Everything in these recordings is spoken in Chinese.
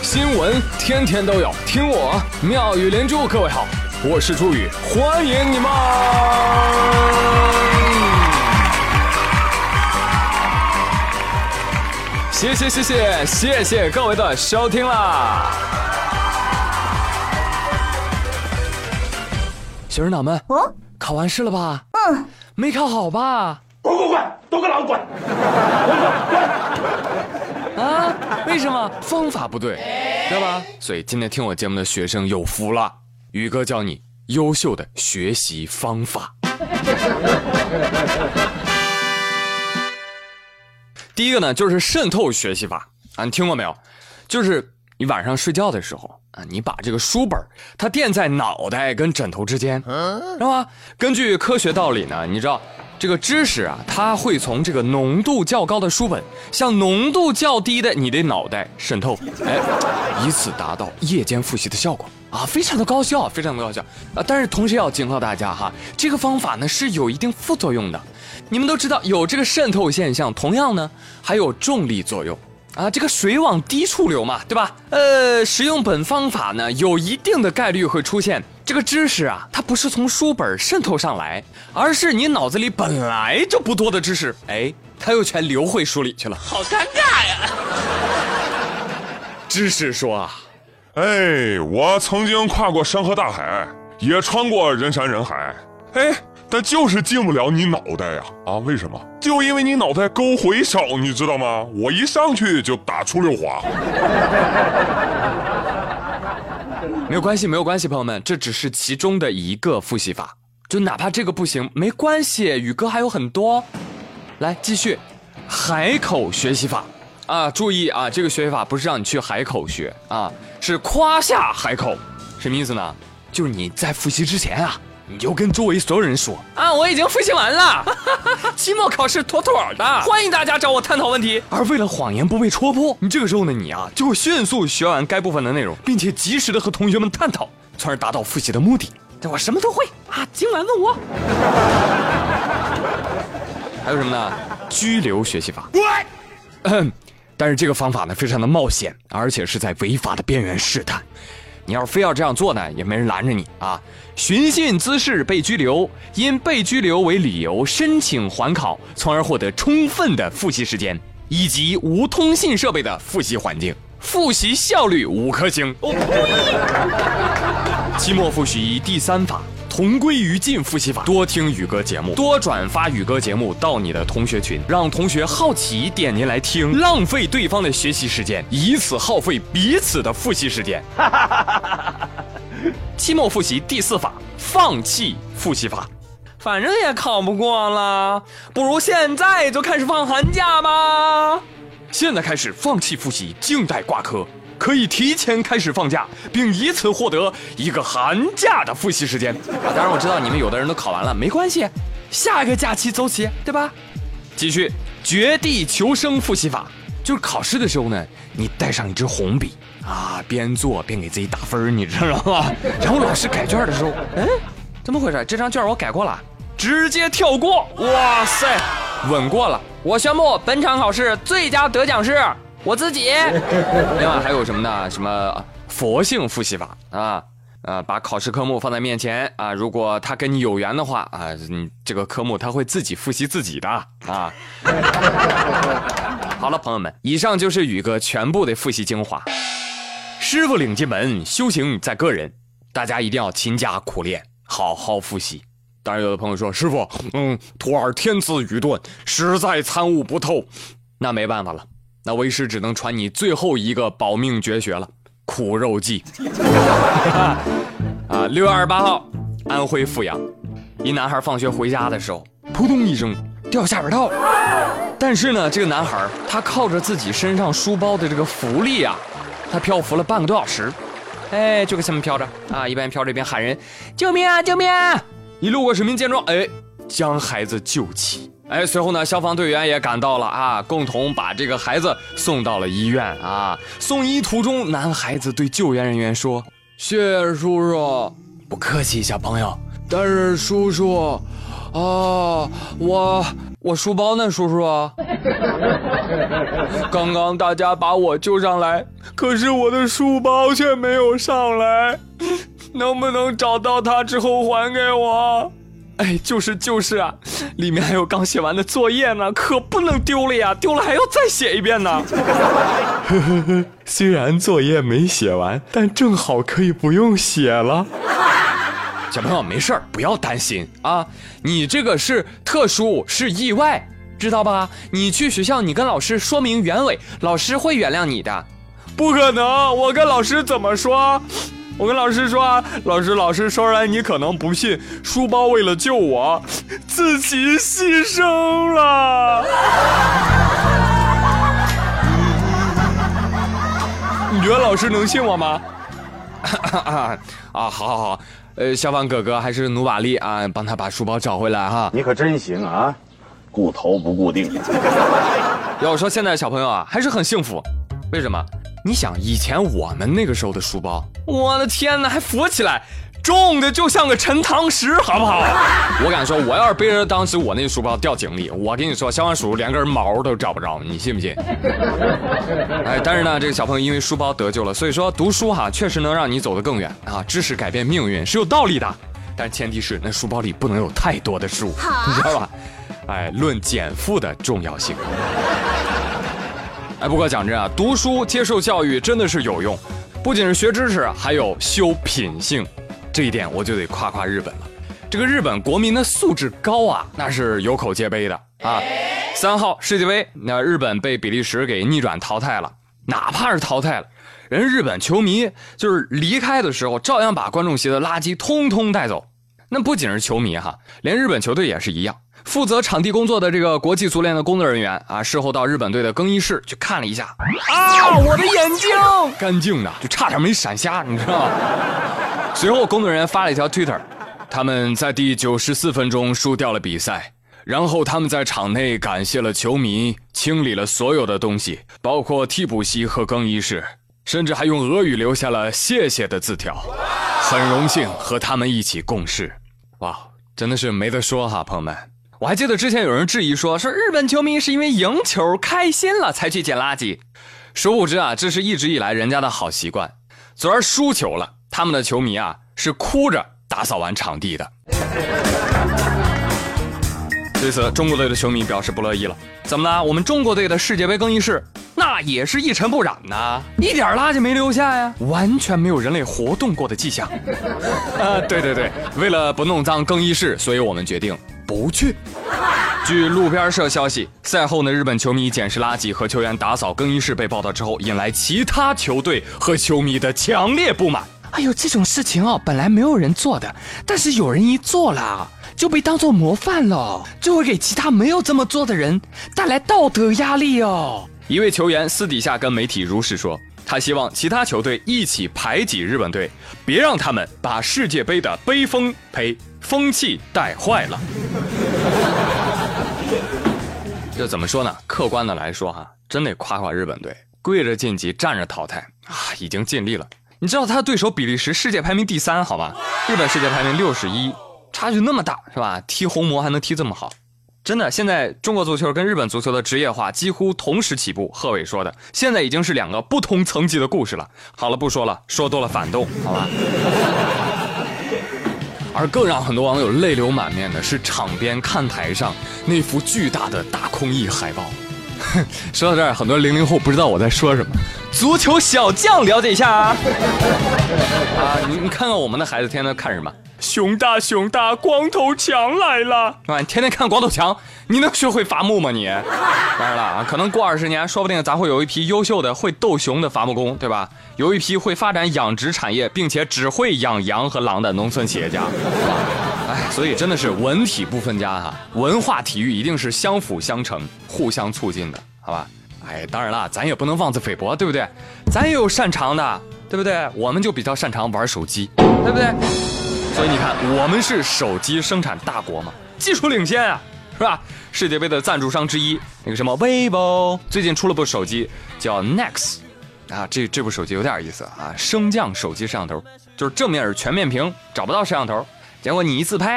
新闻天天都有，听我妙语连珠。各位好，我是朱宇，欢迎你们。谢谢各位的收听啦。学生党们，考完试了吧？没考好吧？ 滚，都给老子滚！ 啊？为什么？方法不对，对吧？所以今天听我节目的学生有福了，宇哥教你优秀的学习方法。第一个呢，就是渗透学习法啊，你听过没有？就是你晚上睡觉的时候啊，你把这个书本它垫在脑袋跟枕头之间，知道吗？根据科学道理呢，你知道这个知识啊，它会从这个浓度较高的书本向浓度较低的你的脑袋渗透，以此达到夜间复习的效果啊，非常的高效啊。但是同时要警告大家哈，这个方法呢是有一定副作用的。你们都知道有这个渗透现象，同样呢还有重力作用啊，这个水往低处流嘛，对吧？使用本方法呢，有一定的概率会出现这个知识啊，它不是从书本渗透上来，而是你脑子里本来就不多的知识，它又全流回书里去了， 好尴尬呀！ 知识说啊， 我曾经跨过山河大海，也穿过人山人海，但就是进不了你脑袋呀！为什么？就因为你脑袋沟回少，你知道吗？我一上去就打出溜滑。 没有关系，朋友们，这只是其中的一个复习法，就哪怕这个不行，没关系，宇哥还有很多。来，继续，海口学习法啊！注意啊，这个学习法不是让你去海口学啊，是夸下海口。什么意思呢？就是你在复习之前啊，你就跟周围所有人说啊，我已经复习完了，期末考试妥妥的，欢迎大家找我探讨问题。而为了谎言不被戳破，你这个时候呢，你啊就会迅速学完该部分的内容，并且及时的和同学们探讨，从而达到复习的目的。我什么都会啊，今晚问我。还有什么呢？拘留学习法。但是这个方法呢，非常的冒险，而且是在违法的边缘试探。你要是非要这样做呢，也没人拦着你啊。寻衅滋事被拘留，因被拘留为理由申请缓考，从而获得充分的复习时间以及无通信设备的复习环境，复习效率5颗星。期末复习第3法，同归于尽复习法。多听宇哥节目，多转发宇哥节目到你的同学群，让同学好奇点进来听，浪费对方的学习时间，以此耗费彼此的复习时间。期末复习第4法，放弃复习法。反正也考不过了，不如现在就开始放寒假吧。现在开始放弃复习，静待挂科，可以提前开始放假，并以此获得一个寒假的复习时间。当然我知道你们有的人都考完了，没关系，下一个假期走起，对吧？继续，绝地求生复习法，就是考试的时候呢，你带上一支红笔啊，边做边给自己打分，你知道吗？然后老师改卷的时候，怎么回事？这张卷我改过了，直接跳过。哇塞，稳过了！我宣布本场考试最佳得奖是我自己。另外还有什么呢？什么佛性复习法啊？把考试科目放在面前啊，如果他跟你有缘的话啊，你这个科目他会自己复习自己的啊。好了，朋友们，以上就是宇哥全部的复习精华。师傅领进门，修行在个人，大家一定要勤加苦练，好好复习。当然有的朋友说，师傅，徒儿天资愚钝，实在参悟不透。那没办法了，那为师只能传你最后一个保命绝学了，苦肉计。6月28号，安徽阜阳，一男孩放学回家的时候，扑通一声掉下水道了。但是呢，这个男孩他靠着自己身上书包的这个浮力啊，他漂浮了半个多小时，就搁下面飘着啊，一边飘着一边喊人：“救命啊，救命啊！”一路过市民见状，将孩子救起。随后呢，消防队员也赶到了啊，共同把这个孩子送到了医院啊。送医途中，男孩子对救援人员说：“谢谢叔叔。”不客气，小朋友。但是叔叔， 哦，我书包呢，叔叔？刚刚大家把我救上来，可是我的书包却没有上来，能不能找到它之后还给我？哎，就是啊，里面还有刚写完的作业呢，可不能丢了呀，丢了还要再写一遍呢。虽然作业没写完，但正好可以不用写了。小朋友没事儿，不要担心啊，你这个是特殊，是意外，知道吧？你去学校，你跟老师说明原委，老师会原谅你的。不可能，我跟老师怎么说？我跟老师说，老师，虽然你可能不信，书包为了救我，自己牺牲了。你觉得老师能信我吗？好，消防哥哥还是努把力啊，帮他把书包找回来哈。 你可真行啊，顾头不顾腚。 要说现在小朋友啊，还是很幸福，为什么？你想以前我们那个时候的书包，我的天哪，还浮起来，重的就像个陈塘石，好不好？我敢说，我要是背着当时我那书包掉井里，我跟你说，消防署连根毛都找不着，你信不信？哎，但是呢，这个小朋友因为书包得救了，所以说读书哈，确实能让你走得更远啊，知识改变命运是有道理的，但前提是那书包里不能有太多的书，你知道吧？哎，论减负的重要性。哎，不过讲真啊，读书接受教育真的是有用，不仅是学知识，还有修品性。这一点我就得夸夸日本了。这个日本国民的素质高啊，那是有口皆碑的啊。3号世界杯，那日本被比利时给逆转淘汰了，哪怕是淘汰了，人日本球迷就是离开的时候，照样把观众席的垃圾通通带走。那不仅是球迷哈，连日本球队也是一样。负责场地工作的这个国际足联的工作人员啊，事后到日本队的更衣室去看了一下，啊，我的眼睛干净的，就差点没闪瞎，你知道吗？随后工作人员发了一条 Twitter， 他们在第94分钟输掉了比赛，然后他们在场内感谢了球迷，清理了所有的东西，包括替补席和更衣室，甚至还用俄语留下了谢谢的字条，很荣幸和他们一起共事。哇，真的是没得说哈，朋友们。我还记得之前有人质疑说日本球迷是因为赢球开心了才去捡垃圾，殊不知啊，这是一直以来人家的好习惯。昨儿输球了，他们的球迷啊是哭着打扫完场地的。对此，中国队的球迷表示不乐意了。怎么了？我们中国队的世界杯更衣室那也是一尘不染呐，一点垃圾没留下呀，完全没有人类活动过的迹象。对，为了不弄脏更衣室，所以我们决定不去。据路边社消息，赛后呢，日本球迷捡拾垃圾和球员打扫更衣室被报道之后，引来其他球队和球迷的强烈不满。哎呦，这种事情哦，本来没有人做的，但是有人一做了，就被当作模范了，就会给其他没有这么做的人带来道德压力哦。一位球员私底下跟媒体如是说，他希望其他球队一起排挤日本队，别让他们把世界杯的杯风气带坏了。这怎么说呢？客观的来说哈，真得夸夸日本队，跪着晋级，站着淘汰啊，已经尽力了。你知道他对手比利时世界排名第3，好吧？日本世界排名61，差距那么大，是吧？踢红魔还能踢这么好，真的。现在中国足球跟日本足球的职业化几乎同时起步。贺炜说的，现在已经是2个不同层级的故事了。好了，不说了，说多了反动，好吧？而更让很多网友泪流满面的是场边看台上那幅巨大的大空翼海报。说到这儿，很多00后不知道我在说什么。足球小将了解一下啊！你看看我们的孩子天天看什么？熊大，光头强来了！啊，你天天看光头强，你能学会伐木吗你？当然了啊，可能过20年，说不定咱会有一批优秀的会斗熊的伐木工，对吧？有一批会发展养殖产业，并且只会养羊和狼的农村企业家。哎，所以真的是文体不分家哈，文化体育一定是相辅相成、互相促进的，好吧？哎，当然了，咱也不能妄自菲薄，对不对？咱也有擅长的，对不对？我们就比较擅长玩手机，对不对？所以你看，我们是手机生产大国嘛，技术领先啊，是吧？世界杯的赞助商之一，那个什么 Weibo 最近出了部手机叫 Nex 啊，这部手机有点意思啊，升降手机摄像头，就是正面是全面屏，找不到摄像头，结果你一自拍，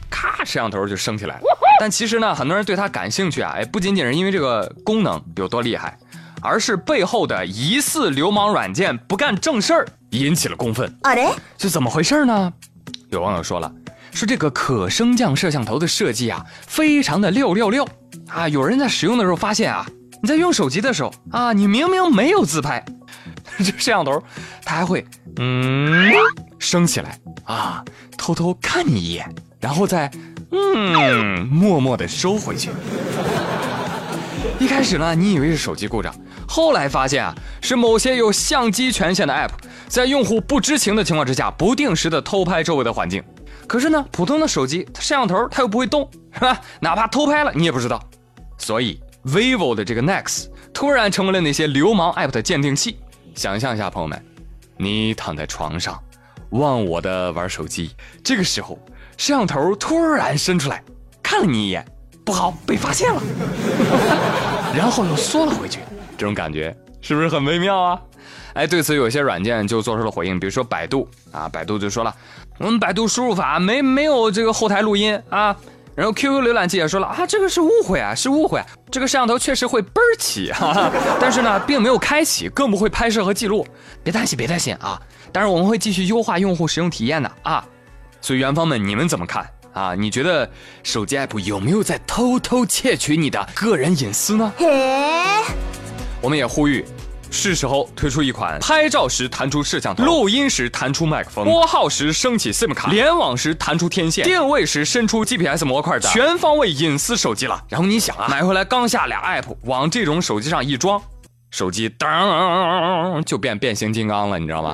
咔，摄像头就升起来了。但其实呢，很多人对它感兴趣啊，不仅仅是因为这个功能有多厉害，而是背后的疑似流氓软件不干正事儿引起了公愤。这怎么回事呢？有网友说了，说这个可升降摄像头的设计啊，非常的666啊。有人在使用的时候发现啊，你在用手机的时候啊，你明明没有自拍，这摄像头它还会升起来啊，偷偷看你一眼，然后再默默的收回去。一开始呢，你以为是手机故障，后来发现啊，是某些有相机权限的 app 在用户不知情的情况之下，不定时的偷拍周围的环境。可是呢，普通的手机它摄像头它又不会动，是吧？哪怕偷拍了你也不知道。所以 vivo 的这个 Nex 突然成为了那些流氓 app 的鉴定器。想象一下，朋友们，你躺在床上忘我的玩手机，这个时候摄像头突然伸出来看了你一眼，不好，被发现了然后又缩了回去，这种感觉是不是很微妙啊？对此有些软件就做出了回应，比如说百度啊，百度就说了，我们百度输入法没有这个后台录音啊。然后 QQ 浏览器也说了啊，这个是误会啊，是误会，这个摄像头确实会嘣起但是呢并没有开启，更不会拍摄和记录，别担心啊，当然我们会继续优化用户使用体验的啊。所以元芳们，你们怎么看啊？你觉得手机 app 有没有在偷偷窃取你的个人隐私呢？我们也呼吁，是时候推出一款拍照时弹出摄像头，录音时弹出麦克风，拨号时升起 SIM 卡，联网时弹出天线，定位时伸出 GPS 模块的全方位隐私手机了。然后你想啊，买回来刚下俩 app 往这种手机上一装，手机当就变形金刚了，你知道吗？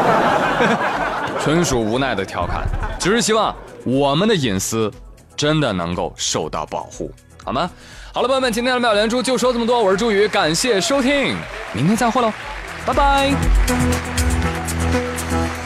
纯属无奈的调侃，只是希望我们的隐私真的能够受到保护，好吗？好了，朋友们，今天的妙连珠就说这么多，我是朱宇，感谢收听，明天再会喽，拜拜。